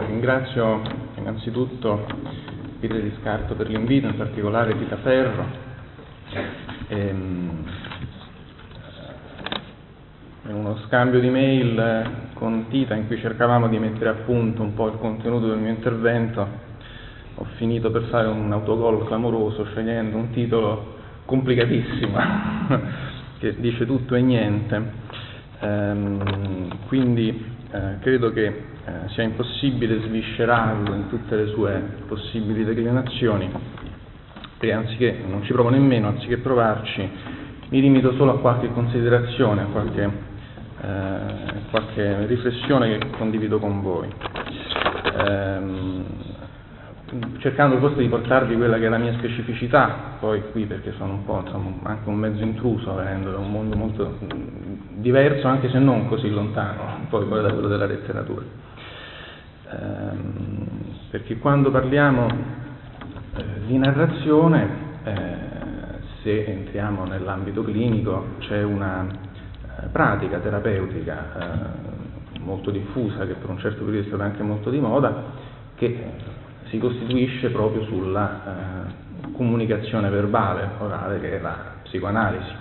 Ringrazio innanzitutto Peter Di Scarto per l'invito, in particolare Tita Ferro. In uno scambio di mail con Tita in cui cercavamo di mettere a punto un po' il contenuto del mio intervento, ho finito per fare un autogol clamoroso scegliendo un titolo complicatissimo che dice tutto e niente. Quindi credo che sia impossibile sviscerarlo in tutte le sue possibili declinazioni e non ci provo nemmeno, anziché provarci mi limito solo a qualche considerazione, a qualche riflessione che condivido con voi, cercando forse di portarvi quella che è la mia specificità, poi qui perché sono un po' anche un mezzo intruso, venendo da un mondo molto diverso, anche se non così lontano poi da quello della letteratura, perché quando parliamo di narrazione, se entriamo nell'ambito clinico, c'è una pratica terapeutica molto diffusa, che per un certo periodo è stata anche molto di moda, che si costituische proprio sulla comunicazione verbale, orale, che è la psicoanalisi,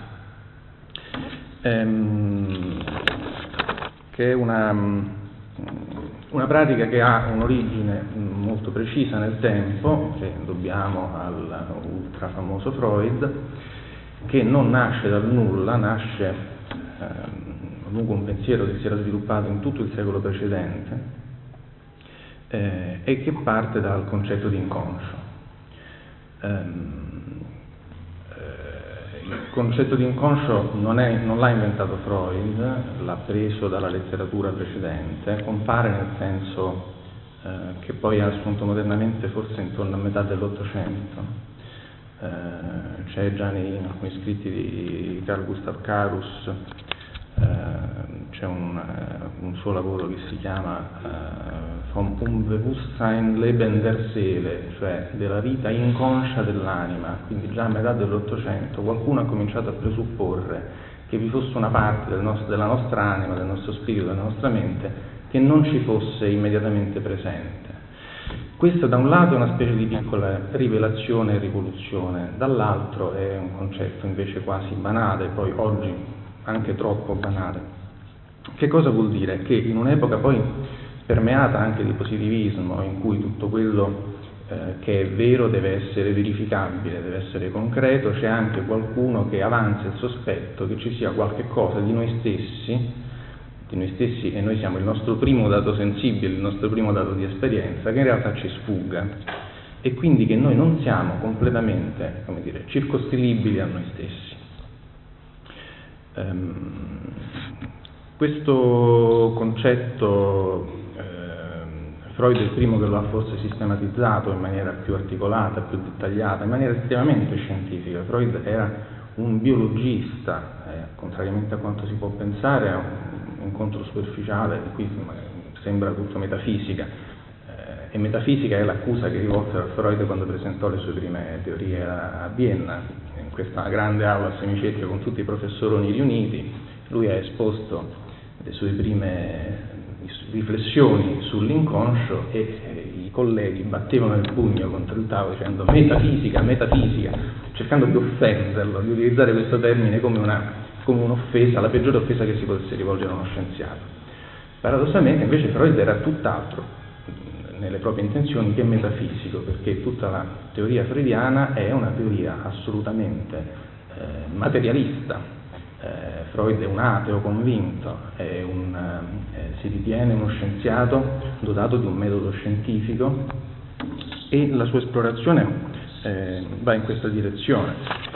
che è una pratica che ha un'origine molto precisa nel tempo, che dobbiamo al ultra famoso Freud, che non nasce dal nulla, nasce lungo un pensiero che si era sviluppato in tutto il secolo precedente, e che parte dal concetto di inconscio. Il concetto di inconscio non l'ha inventato Freud, l'ha preso dalla letteratura precedente, compare nel senso che poi ha assunto modernamente forse intorno a metà dell'Ottocento. C'è già in alcuni scritti di Carl Gustav Carus, c'è un suo lavoro che si chiama Vom Unbewusstsein-Leben der Seele, cioè della vita inconscia dell'anima. Quindi già a metà dell'Ottocento qualcuno ha cominciato a presupporre che vi fosse una parte della nostra anima, del nostro spirito, della nostra mente che non ci fosse immediatamente presente. Questo da un lato è una specie di piccola rivelazione e rivoluzione, dall'altro è un concetto invece quasi banale, poi oggi anche troppo banale. Che cosa vuol dire? Che in un'epoca poi permeata anche di positivismo, in cui tutto quello che è vero deve essere verificabile, deve essere concreto, c'è anche qualcuno che avanza il sospetto che ci sia qualche cosa di noi stessi, e noi siamo il nostro primo dato sensibile, il nostro primo dato di esperienza, che in realtà ci sfugga, e quindi che noi non siamo completamente, circoscrivibili a noi stessi. Questo concetto Freud è il primo che lo ha forse sistematizzato in maniera più articolata, più dettagliata, in maniera estremamente scientifica. Freud era un biologista, contrariamente a quanto si può pensare, è un incontro superficiale, qui sembra tutto metafisica, e metafisica è l'accusa che rivolsero a Freud quando presentò le sue prime teorie a Vienna, in questa grande aula a semicircolo con tutti i professoroni riuniti. Lui ha esposto le sue prime riflessioni sull'inconscio e i colleghi battevano il pugno contro il tavolo dicendo metafisica, cercando di offenderlo, di utilizzare questo termine come un'offesa, la peggiore offesa che si potesse rivolgere a uno scienziato. Paradossalmente invece Freud era tutt'altro nelle proprie intenzioni che metafisico, perché tutta la teoria freudiana è una teoria assolutamente materialista. Freud è un ateo convinto, si ritiene uno scienziato dotato di un metodo scientifico, e la sua esplorazione va in questa direzione.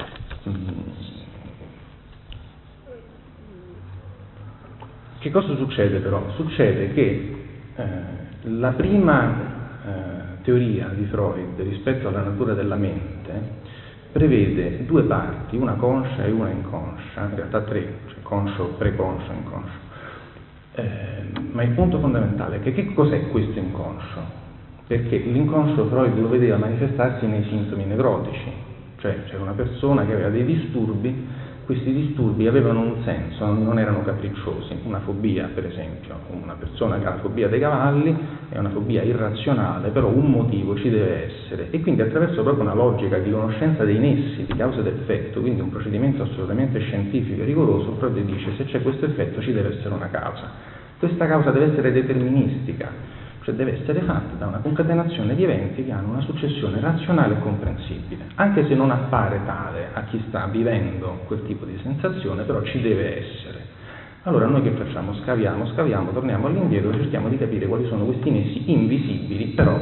Che cosa succede però? Succede che la prima teoria di Freud rispetto alla natura della mente prevede due parti, una conscia e una inconscia, in realtà tre, cioè conscio, preconscio, inconscio. Ma il punto fondamentale è che cos'è questo inconscio? Perché l'inconscio Freud lo vedeva manifestarsi nei sintomi nevrotici, cioè c'era una persona che aveva dei disturbi, questi disturbi avevano un senso, non erano capricciosi. Una fobia, per esempio, una persona che ha la fobia dei cavalli è una fobia irrazionale, però un motivo ci deve essere, e quindi attraverso proprio una logica di conoscenza dei nessi di causa ed effetto, quindi un procedimento assolutamente scientifico e rigoroso, Freud dice: se c'è questo effetto ci deve essere una causa. Questa causa deve essere deterministica, cioè deve essere fatta da una concatenazione di eventi che hanno una successione razionale e comprensibile, anche se non appare tale a chi sta vivendo quel tipo di sensazione, però ci deve essere. Allora noi che facciamo? Scaviamo, torniamo all'indietro, cerchiamo di capire quali sono questi nessi invisibili, però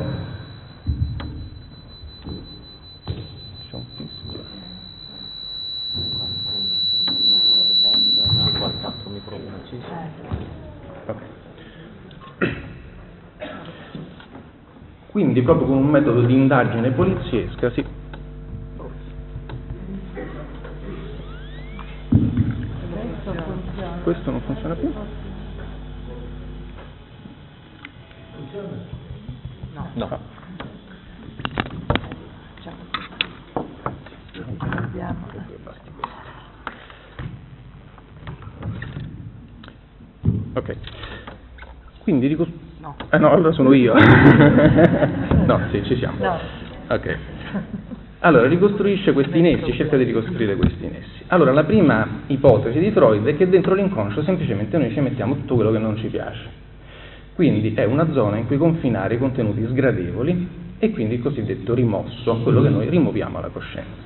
c'è un fischio. Okay. Quindi proprio con un metodo di indagine poliziesca Questo non funziona più? No. Ok. Quindi no. No, allora sono io. No, sì, ci siamo. No. Ok. Allora, ricostruisce questi nessi, cerca di ricostruire questi nessi. Allora, la prima ipotesi di Freud è che dentro l'inconscio semplicemente noi ci mettiamo tutto quello che non ci piace. Quindi è una zona in cui confinare i contenuti sgradevoli e quindi il cosiddetto rimosso, quello che noi rimuoviamo alla coscienza.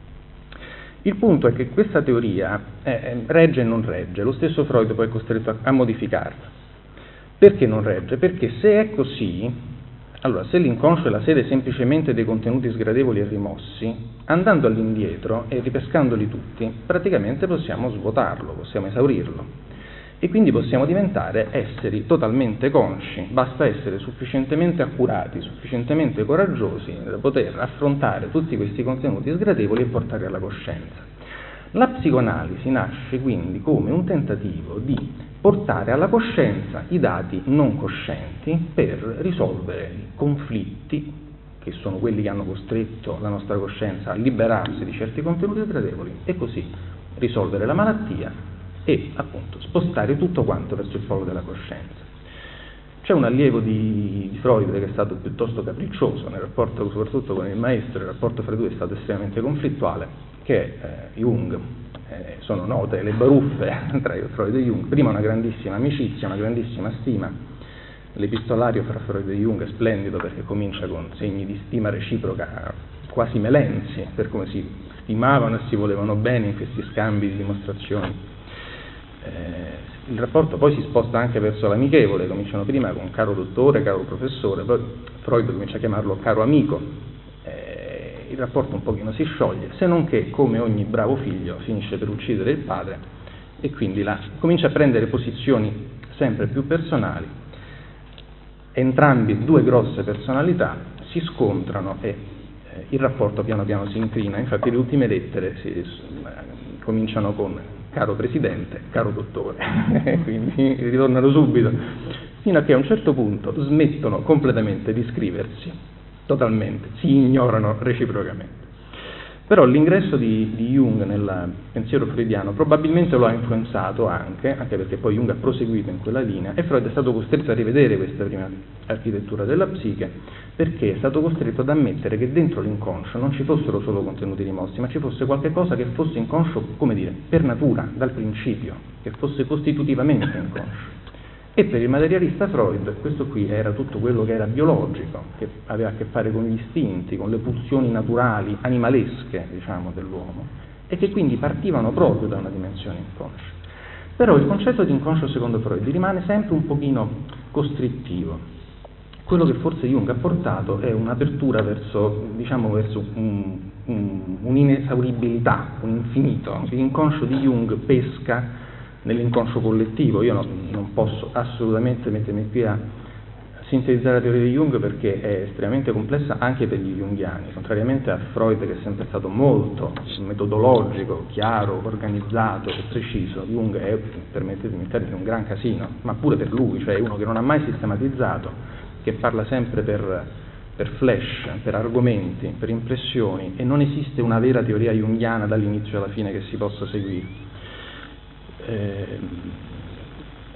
Il punto è che questa teoria regge e non regge, lo stesso Freud poi è costretto a modificarla. Perché non regge? Perché se è così, allora se l'inconscio è la sede semplicemente dei contenuti sgradevoli e rimossi, andando all'indietro e ripescandoli tutti, praticamente possiamo svuotarlo, possiamo esaurirlo. E quindi possiamo diventare esseri totalmente consci, basta essere sufficientemente accurati, sufficientemente coraggiosi da poter affrontare tutti questi contenuti sgradevoli e portarli alla coscienza. La psicoanalisi nasce quindi come un tentativo di portare alla coscienza i dati non coscienti per risolvere i conflitti, che sono quelli che hanno costretto la nostra coscienza a liberarsi di certi contenuti sgradevoli, e così risolvere la malattia e appunto spostare tutto quanto verso il polo della coscienza. C'è un allievo di Freud che è stato piuttosto capriccioso nel rapporto soprattutto con il maestro, il rapporto fra i due è stato estremamente conflittuale, che è Jung. Sono note le baruffe tra Freud e Jung, prima una grandissima amicizia, una grandissima stima. L'epistolario fra Freud e Jung è splendido perché comincia con segni di stima reciproca quasi melensi, per come si stimavano e si volevano bene in questi scambi di dimostrazioni. Il rapporto poi si sposta anche verso l'amichevole, cominciano prima con caro dottore, caro professore, poi Freud comincia a chiamarlo caro amico. Il rapporto un pochino si scioglie, se non che, come ogni bravo figlio, finisce per uccidere il padre e quindi comincia a prendere posizioni sempre più personali. Entrambi, due grosse personalità, si scontrano e il rapporto piano piano si incrina. Infatti le ultime lettere cominciano con caro presidente, caro dottore, quindi ritornano subito, fino a che a un certo punto smettono completamente di scriversi. Totalmente, si ignorano reciprocamente. Però l'ingresso di Jung nel pensiero freudiano probabilmente lo ha influenzato anche perché poi Jung ha proseguito in quella linea e Freud è stato costretto a rivedere questa prima architettura della psiche, perché è stato costretto ad ammettere che dentro l'inconscio non ci fossero solo contenuti rimossi, ma ci fosse qualche cosa che fosse inconscio, come dire, per natura, dal principio, che fosse costitutivamente inconscio. E per il materialista Freud questo qui era tutto quello che era biologico, che aveva a che fare con gli istinti, con le pulsioni naturali, animalesche, diciamo, dell'uomo, e che quindi partivano proprio da una dimensione inconscia. Però il concetto di inconscio secondo Freud rimane sempre un pochino costrittivo. Quello che forse Jung ha portato è un'apertura verso un'inesauribilità, un infinito. L'inconscio di Jung pesca nell'inconscio collettivo. Io non posso assolutamente mettermi qui a sintetizzare la teoria di Jung perché è estremamente complessa anche per gli junghiani, contrariamente a Freud che è sempre stato molto metodologico, chiaro, organizzato e preciso. Jung è, permettetemi il termine, un gran casino, ma pure per lui, cioè uno che non ha mai sistematizzato, che parla sempre per flash, per argomenti, per impressioni, e non esiste una vera teoria junghiana dall'inizio alla fine che si possa seguire. Che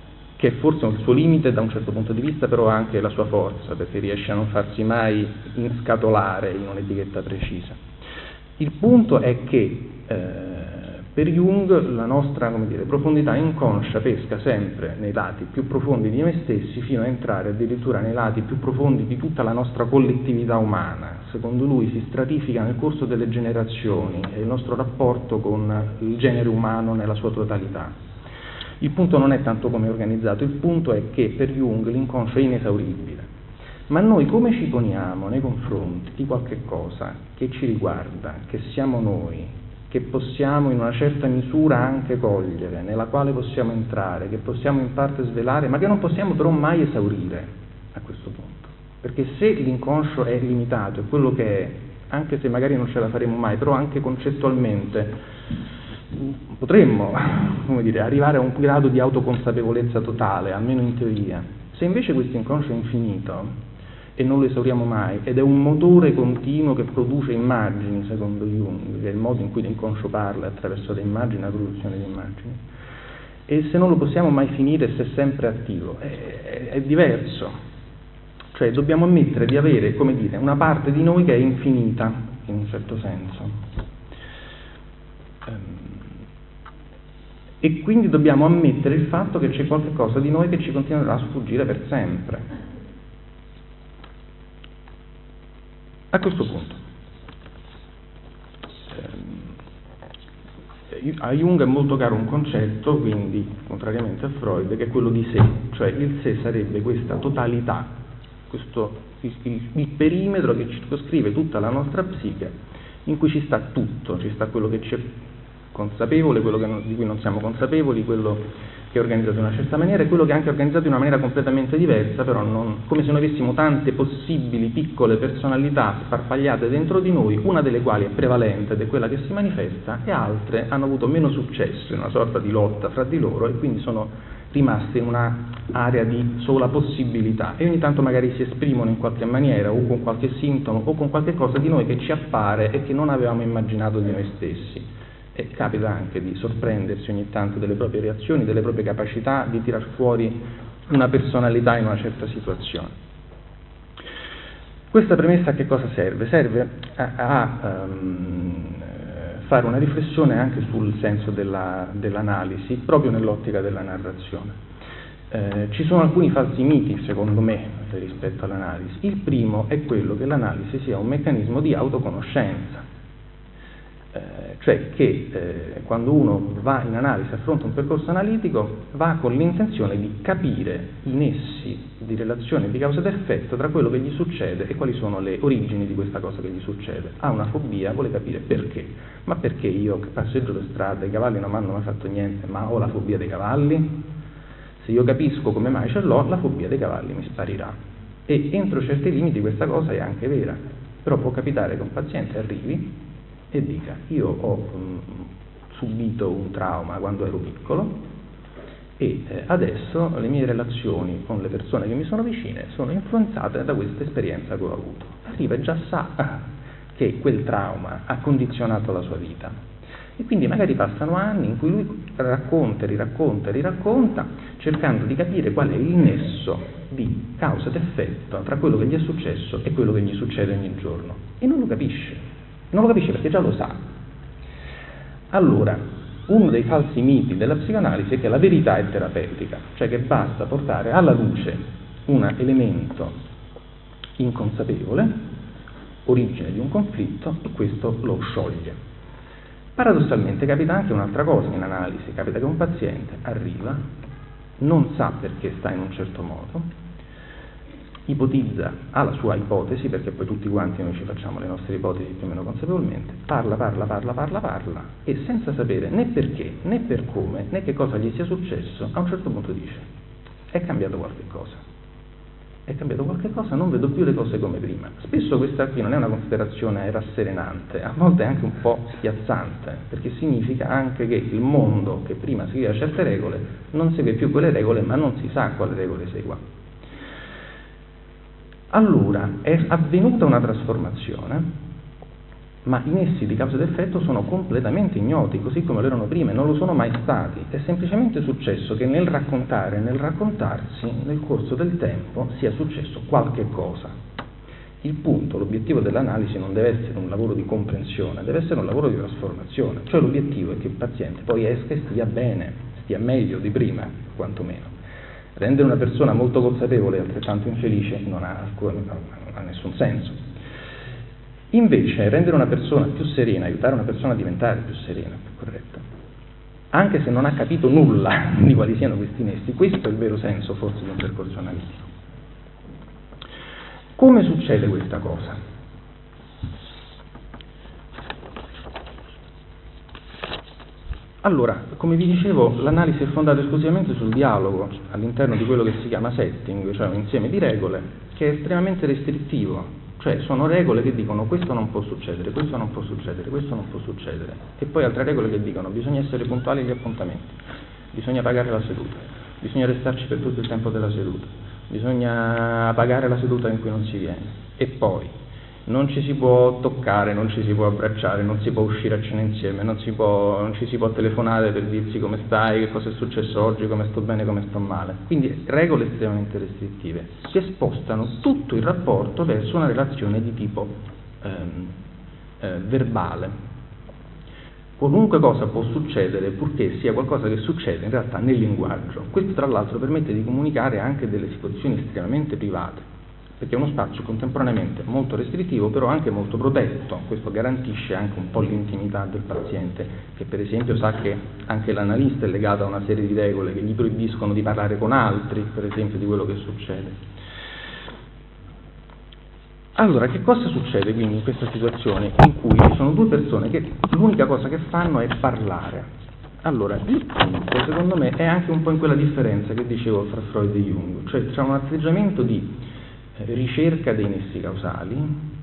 che è forse il suo limite da un certo punto di vista, però ha anche la sua forza, perché riesce a non farsi mai inscatolare in un'etichetta precisa. Il punto è che per Jung la nostra, profondità inconscia pesca sempre nei lati più profondi di noi stessi, fino a entrare addirittura nei lati più profondi di tutta la nostra collettività umana. Secondo lui si stratifica nel corso delle generazioni e il nostro rapporto con il genere umano nella sua totalità. Il punto non è tanto come è organizzato, il punto è che per Jung l'inconscio è inesauribile. Ma noi come ci poniamo nei confronti di qualche cosa che ci riguarda, che siamo noi, che possiamo in una certa misura anche cogliere, nella quale possiamo entrare, che possiamo in parte svelare, ma che non possiamo però mai esaurire a questo punto? Perché se l'inconscio è limitato, è quello che è, anche se magari non ce la faremo mai, però anche concettualmente potremmo, arrivare a un grado di autoconsapevolezza totale, almeno in teoria. Se invece questo inconscio è infinito e non lo esauriamo mai, ed è un motore continuo che produce immagini, secondo Jung, che è il modo in cui l'inconscio parla, attraverso le immagini, la produzione di immagini, e se non lo possiamo mai finire, se è sempre attivo, è diverso. Cioè dobbiamo ammettere di avere, una parte di noi che è infinita, in un certo senso. E quindi dobbiamo ammettere il fatto che c'è qualche cosa di noi che ci continuerà a sfuggire per sempre. A questo punto, a Jung è molto caro un concetto, quindi, contrariamente a Freud, che è quello di sé, cioè il sé sarebbe questa totalità, il perimetro che circoscrive tutta la nostra psiche, in cui ci sta tutto, ci sta quello che ci è consapevole, quello di cui non siamo consapevoli, quello che è organizzato in una certa maniera e quello che è anche organizzato in una maniera completamente diversa, però come se noi avessimo tante possibili piccole personalità sparpagliate dentro di noi, una delle quali è prevalente ed è quella che si manifesta, e altre hanno avuto meno successo in una sorta di lotta fra di loro e quindi sono rimaste in un'area di sola possibilità e ogni tanto magari si esprimono in qualche maniera o con qualche sintomo o con qualche cosa di noi che ci appare e che non avevamo immaginato di noi stessi. E capita anche di sorprendersi ogni tanto delle proprie reazioni, delle proprie capacità di tirar fuori una personalità in una certa situazione. Questa premessa a che cosa serve? Serve a fare una riflessione anche sul senso dell'analisi, proprio nell'ottica della narrazione. Ci sono alcuni falsi miti, secondo me, rispetto all'analisi. Il primo è quello che l'analisi sia un meccanismo di autoconoscenza. Cioè che quando uno va in analisi, affronta un percorso analitico, va con l'intenzione di capire i nessi di relazione di causa ed effetto tra quello che gli succede e quali sono le origini di questa cosa che gli succede. Ha una fobia, vuole capire perché. Ma perché io che passeggio per strada, i cavalli non mi hanno mai fatto niente, ma ho la fobia dei cavalli? Se io capisco come mai ce l'ho, la fobia dei cavalli mi sparirà. E entro certi limiti questa cosa è anche vera, però può capitare che un paziente arrivi e dica: io ho subito un trauma quando ero piccolo e adesso le mie relazioni con le persone che mi sono vicine sono influenzate da questa esperienza che ho avuto. Arriva e già sa che quel trauma ha condizionato la sua vita e quindi magari passano anni in cui lui racconta, riracconta, cercando di capire qual è il nesso di causa ed effetto tra quello che gli è successo e quello che gli succede ogni giorno, e non lo capisce. Non lo capisce perché già lo sa. Allora, uno dei falsi miti della psicoanalisi è che la verità è terapeutica, cioè che basta portare alla luce un elemento inconsapevole, origine di un conflitto, e questo lo scioglie. Paradossalmente capita anche un'altra cosa in analisi, capita che un paziente arriva, non sa perché sta in un certo modo, ipotizza, ha la sua ipotesi, perché poi tutti quanti noi ci facciamo le nostre ipotesi più o meno consapevolmente, parla e senza sapere né perché, né per come, né che cosa gli sia successo, a un certo punto dice: è cambiato qualche cosa, non vedo più le cose come prima. Spesso questa qui non è una considerazione rasserenante, a volte è anche un po' spiazzante, perché significa anche che il mondo che prima seguiva certe regole non segue più quelle regole, ma non si sa quale regole segua. Allora è avvenuta una trasformazione ma i nessi di causa ed effetto sono completamente ignoti, così come lo erano prima, e non lo sono mai stati. È semplicemente successo che nel raccontare e nel raccontarsi, nel corso del tempo, sia successo qualche cosa. Il punto, l'obiettivo dell'analisi non deve essere un lavoro di comprensione, deve essere un lavoro di trasformazione, cioè l'obiettivo è che il paziente poi esca e stia bene, stia meglio di prima, quantomeno. Rendere una persona molto consapevole e altrettanto infelice non ha nessun senso. Invece rendere una persona più serena, aiutare una persona a diventare più serena, più corretta, anche se non ha capito nulla di quali siano questi nessi, questo è il vero senso forse di un percorso analitico. Come succede questa cosa? Allora, come vi dicevo, l'analisi è fondata esclusivamente sul dialogo all'interno di quello che si chiama setting, cioè un insieme di regole che è estremamente restrittivo. Cioè sono regole che dicono questo non può succedere, questo non può succedere, questo non può succedere, e poi altre regole che dicono bisogna essere puntuali agli appuntamenti, bisogna pagare la seduta, bisogna restarci per tutto il tempo della seduta, bisogna pagare la seduta in cui non si viene, e poi non ci si può toccare, non ci si può abbracciare, non si può uscire a cena insieme, non ci si può telefonare per dirsi come stai, che cosa è successo oggi, come sto bene, come sto male. Quindi regole estremamente restrittive che spostano tutto il rapporto verso una relazione di tipo verbale. Qualunque cosa può succedere purché sia qualcosa che succede in realtà nel linguaggio. Questo tra l'altro permette di comunicare anche delle situazioni estremamente private, perché è uno spazio contemporaneamente molto restrittivo, però anche molto protetto. Questo garantisce anche un po' l'intimità del paziente, che per esempio sa che anche l'analista è legato a una serie di regole che gli proibiscono di parlare con altri, per esempio, di quello che succede. Allora, che cosa succede quindi in questa situazione in cui ci sono due persone che l'unica cosa che fanno è parlare? Allora, il punto, secondo me, è anche un po' in quella differenza che dicevo fra Freud e Jung, cioè c'è un atteggiamento di ricerca dei nessi causali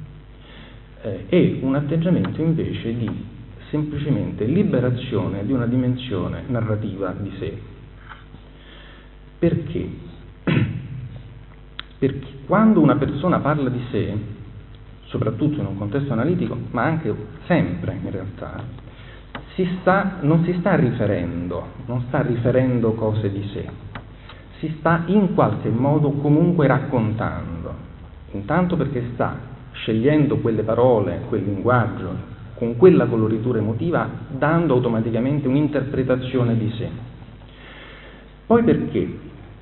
e un atteggiamento invece di semplicemente liberazione di una dimensione narrativa di sé. Perché? Perché quando una persona parla di sé, soprattutto in un contesto analitico, ma anche sempre in realtà, non sta riferendo cose di sé, si sta in qualche modo comunque raccontando, intanto perché sta scegliendo quelle parole, quel linguaggio, con quella coloritura emotiva, dando automaticamente un'interpretazione di sé. Poi perché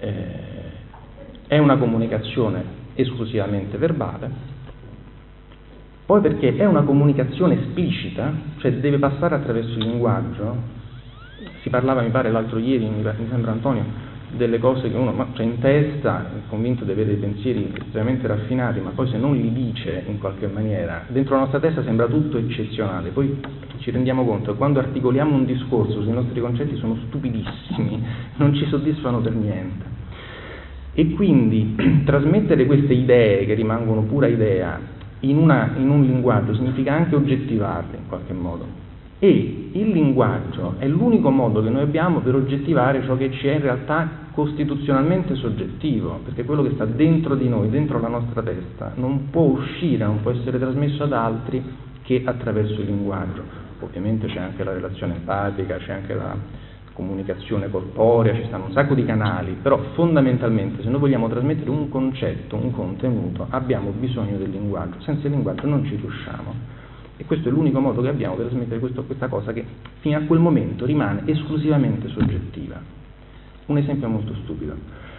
è una comunicazione esclusivamente verbale, poi perché è una comunicazione esplicita, cioè deve passare attraverso il linguaggio. Si parlava, mi pare l'altro ieri, mi sembra Antonio, delle cose che uno c'è in testa, è convinto di avere dei pensieri estremamente raffinati, ma poi se non li dice in qualche maniera, dentro la nostra testa sembra tutto eccezionale, poi ci rendiamo conto che quando articoliamo un discorso sui nostri concetti sono stupidissimi, non ci soddisfano per niente. E quindi trasmettere queste idee che rimangono pura idea in un linguaggio significa anche oggettivarle in qualche modo, e il linguaggio è l'unico modo che noi abbiamo per oggettivare ciò che ci è in realtà costituzionalmente soggettivo, perché quello che sta dentro di noi, dentro la nostra testa, non può uscire, non può essere trasmesso ad altri che attraverso il linguaggio. Ovviamente c'è anche la relazione empatica, c'è anche la comunicazione corporea, ci stanno un sacco di canali, però fondamentalmente se noi vogliamo trasmettere un concetto, un contenuto, abbiamo bisogno del linguaggio, senza il linguaggio non ci riusciamo, e questo è l'unico modo che abbiamo per trasmettere questa cosa che fino a quel momento rimane esclusivamente soggettiva. Un esempio molto stupido: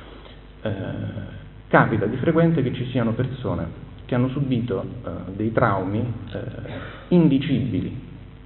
capita di frequente che ci siano persone che hanno subito dei traumi indicibili.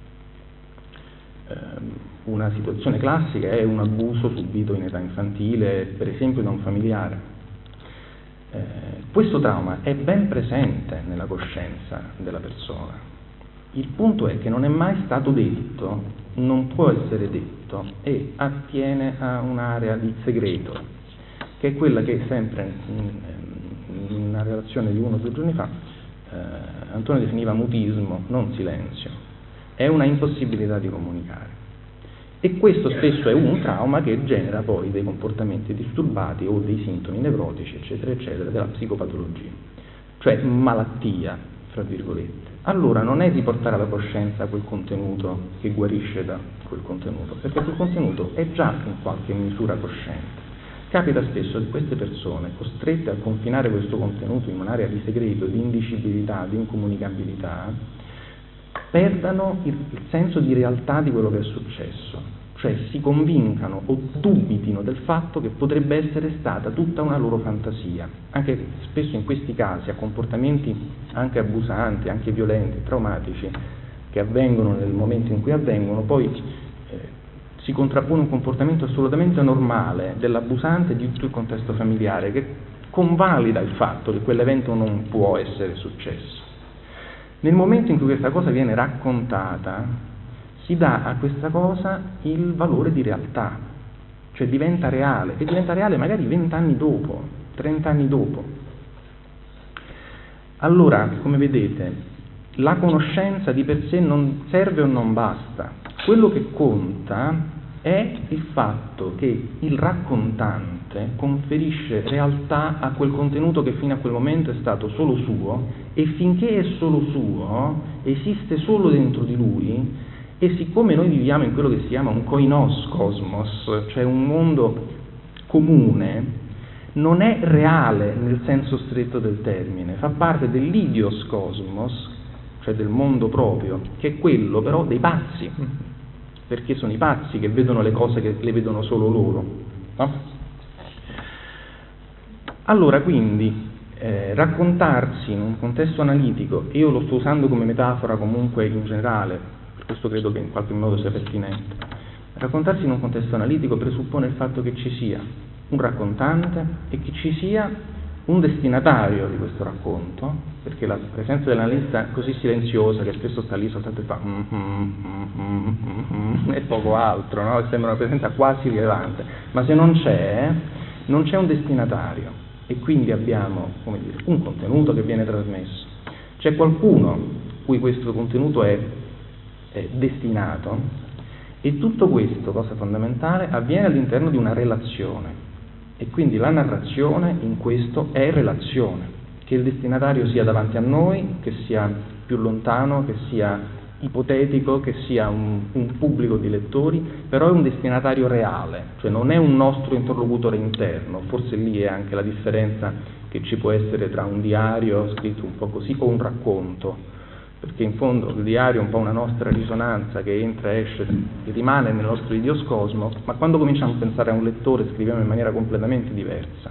Una situazione classica è un abuso subito in età infantile, per esempio da un familiare. Questo trauma è ben presente nella coscienza della persona. Il punto è che non è mai stato detto, non può essere detto, e attiene a un'area di segreto, che è quella che sempre in una relazione di 1 o 2 giorni fa Antonio definiva mutismo, non silenzio. È una impossibilità di comunicare. E questo spesso è un trauma che genera poi dei comportamenti disturbati o dei sintomi nevrotici, eccetera, eccetera, della psicopatologia. Cioè malattia, tra virgolette. Allora non è riportare alla coscienza quel contenuto che guarisce da quel contenuto, perché quel contenuto è già in qualche misura cosciente. Capita spesso che queste persone, costrette a confinare questo contenuto in un'area di segreto, di indicibilità, di incomunicabilità, perdano il senso di realtà di quello che è successo, cioè si convincano o dubitino del fatto che potrebbe essere stata tutta una loro fantasia. Anche spesso in questi casi, a comportamenti anche abusanti, anche violenti, traumatici, che avvengono nel momento in cui avvengono, poi si contrappone un comportamento assolutamente normale dell'abusante e di tutto il contesto familiare, che convalida il fatto che quell'evento non può essere successo. Nel momento in cui questa cosa viene raccontata, si dà a questa cosa il valore di realtà, cioè diventa reale, e diventa reale magari 20 anni dopo, 30 anni dopo. Allora, come vedete, la conoscenza di per sé non serve o non basta. Quello che conta è il fatto che il raccontante conferisce realtà a quel contenuto che fino a quel momento è stato solo suo, e finché è solo suo, esiste solo dentro di lui. E siccome noi viviamo in quello che si chiama un koinos cosmos, cioè un mondo comune, non è reale nel senso stretto del termine, fa parte dell'idios cosmos, cioè del mondo proprio, che è quello però dei pazzi, perché sono i pazzi che vedono le cose che le vedono solo loro, no? Allora quindi raccontarsi in un contesto analitico, e io lo sto usando come metafora comunque in generale, questo credo che in qualche modo sia pertinente. Raccontarsi in un contesto analitico presuppone il fatto che ci sia un raccontante e che ci sia un destinatario di questo racconto, perché la presenza dell'analista è così silenziosa che spesso sta lì soltanto e fa e poco altro, no? Sembra una presenza quasi rilevante, ma se non c'è un destinatario, e quindi abbiamo, come dire, un contenuto che viene trasmesso, c'è qualcuno cui questo contenuto è destinato, e tutto questo, cosa fondamentale, avviene all'interno di una relazione, e quindi la narrazione in questo è relazione, che il destinatario sia davanti a noi, che sia più lontano, che sia ipotetico, che sia un pubblico di lettori, però è un destinatario reale, cioè non è un nostro interlocutore interno. Forse lì è anche la differenza che ci può essere tra un diario scritto un po' così o un racconto, perché in fondo il diario è un po' una nostra risonanza che entra e esce, rimane nel nostro idioscosmo, ma quando cominciamo a pensare a un lettore scriviamo in maniera completamente diversa.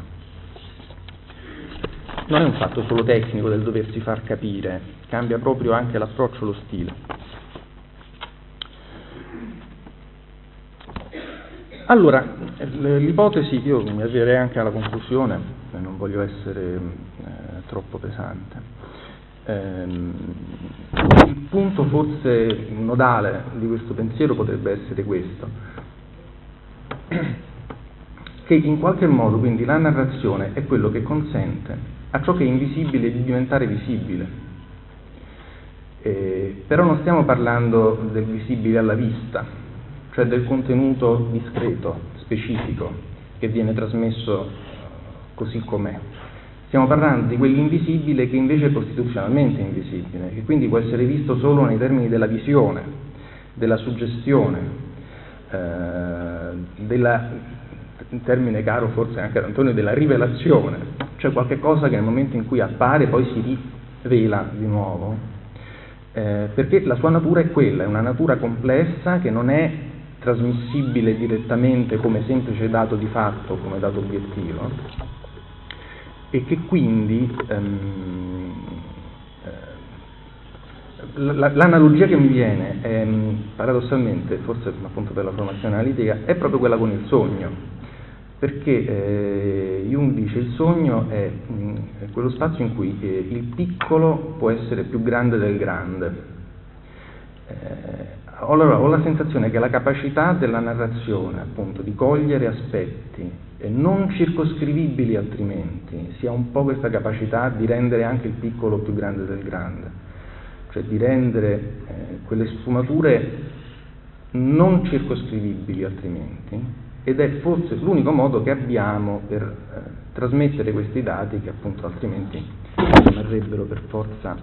Non è un fatto solo tecnico del doversi far capire, cambia proprio anche l'approccio, lo stile. Allora, l'ipotesi, io mi avvierei anche alla conclusione, non voglio essere troppo pesante. Il punto forse nodale di questo pensiero potrebbe essere questo, che in qualche modo quindi la narrazione è quello che consente a ciò che è invisibile di diventare visibile, però non stiamo parlando del visibile alla vista, cioè del contenuto discreto, specifico, che viene trasmesso così com'è. Stiamo parlando di quell'invisibile che invece è costituzionalmente invisibile, che quindi può essere visto solo nei termini della visione, della suggestione, in termine caro forse anche ad Antonio, della rivelazione, cioè qualche cosa che nel momento in cui appare poi si rivela di nuovo, perché la sua natura è quella, è una natura complessa che non è trasmissibile direttamente come semplice dato di fatto, come dato obiettivo, e che quindi l'analogia che mi viene è, paradossalmente, forse appunto per la formazione analitica, è proprio quella con il sogno, perché Jung dice il sogno è quello spazio in cui il piccolo può essere più grande del grande. Allora ho la sensazione che la capacità della narrazione, appunto, di cogliere aspetti non circoscrivibili altrimenti, sia un po' questa capacità di rendere anche il piccolo più grande del grande, cioè di rendere quelle sfumature non circoscrivibili altrimenti, ed è forse l'unico modo che abbiamo per trasmettere questi dati che appunto altrimenti rimarrebbero per forza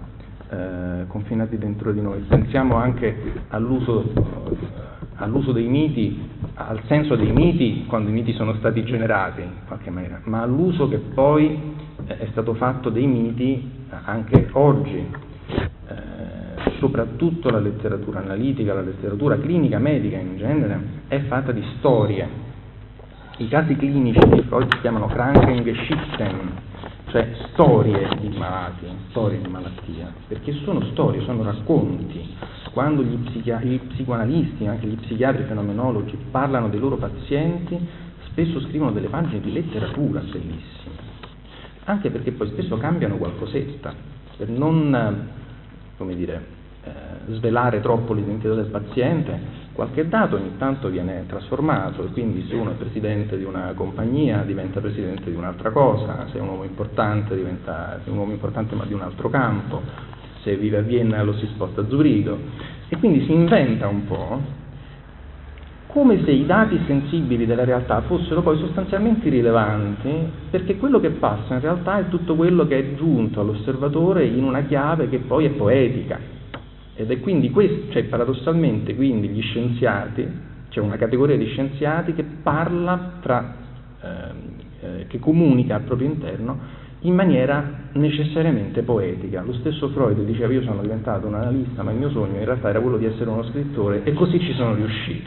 confinati dentro di noi. Pensiamo anche all'uso dei miti, al senso dei miti quando i miti sono stati generati in qualche maniera, ma all'uso che poi è stato fatto dei miti anche oggi. Soprattutto la letteratura analitica, la letteratura clinica medica in genere è fatta di storie. I casi clinici di Freud si chiamano Krankengeschichten, cioè storie di malati, storie di malattia, perché sono storie, sono racconti. Quando gli psicoanalisti, anche gli psichiatri fenomenologi parlano dei loro pazienti, spesso scrivono delle pagine di letteratura bellissime, anche perché poi spesso cambiano qualcosetta, per non, come dire, svelare troppo l'identità del paziente. Qualche dato ogni tanto viene trasformato, e quindi se uno è presidente di una compagnia diventa presidente di un'altra cosa, se è un uomo importante diventa un uomo importante ma di un altro campo, se vive a Vienna lo si sposta a Zurigo, e quindi si inventa un po' come se i dati sensibili della realtà fossero poi sostanzialmente irrilevanti, perché quello che passa in realtà è tutto quello che è giunto all'osservatore in una chiave che poi è poetica. Ed è quindi questo, cioè paradossalmente quindi gli scienziati, c'è una categoria di scienziati che parla che comunica al proprio interno in maniera necessariamente poetica. Lo stesso Freud diceva: io sono diventato un analista, ma il mio sogno in realtà era quello di essere uno scrittore, e così ci sono riuscito.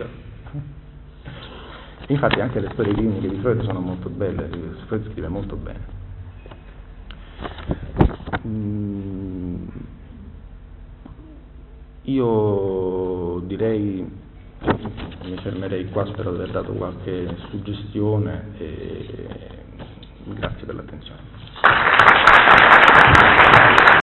Infatti anche le storie cliniche di Freud sono molto belle, Freud scrive molto bene. Io direi, mi fermerei qua, spero di aver dato qualche suggestione e grazie per l'attenzione.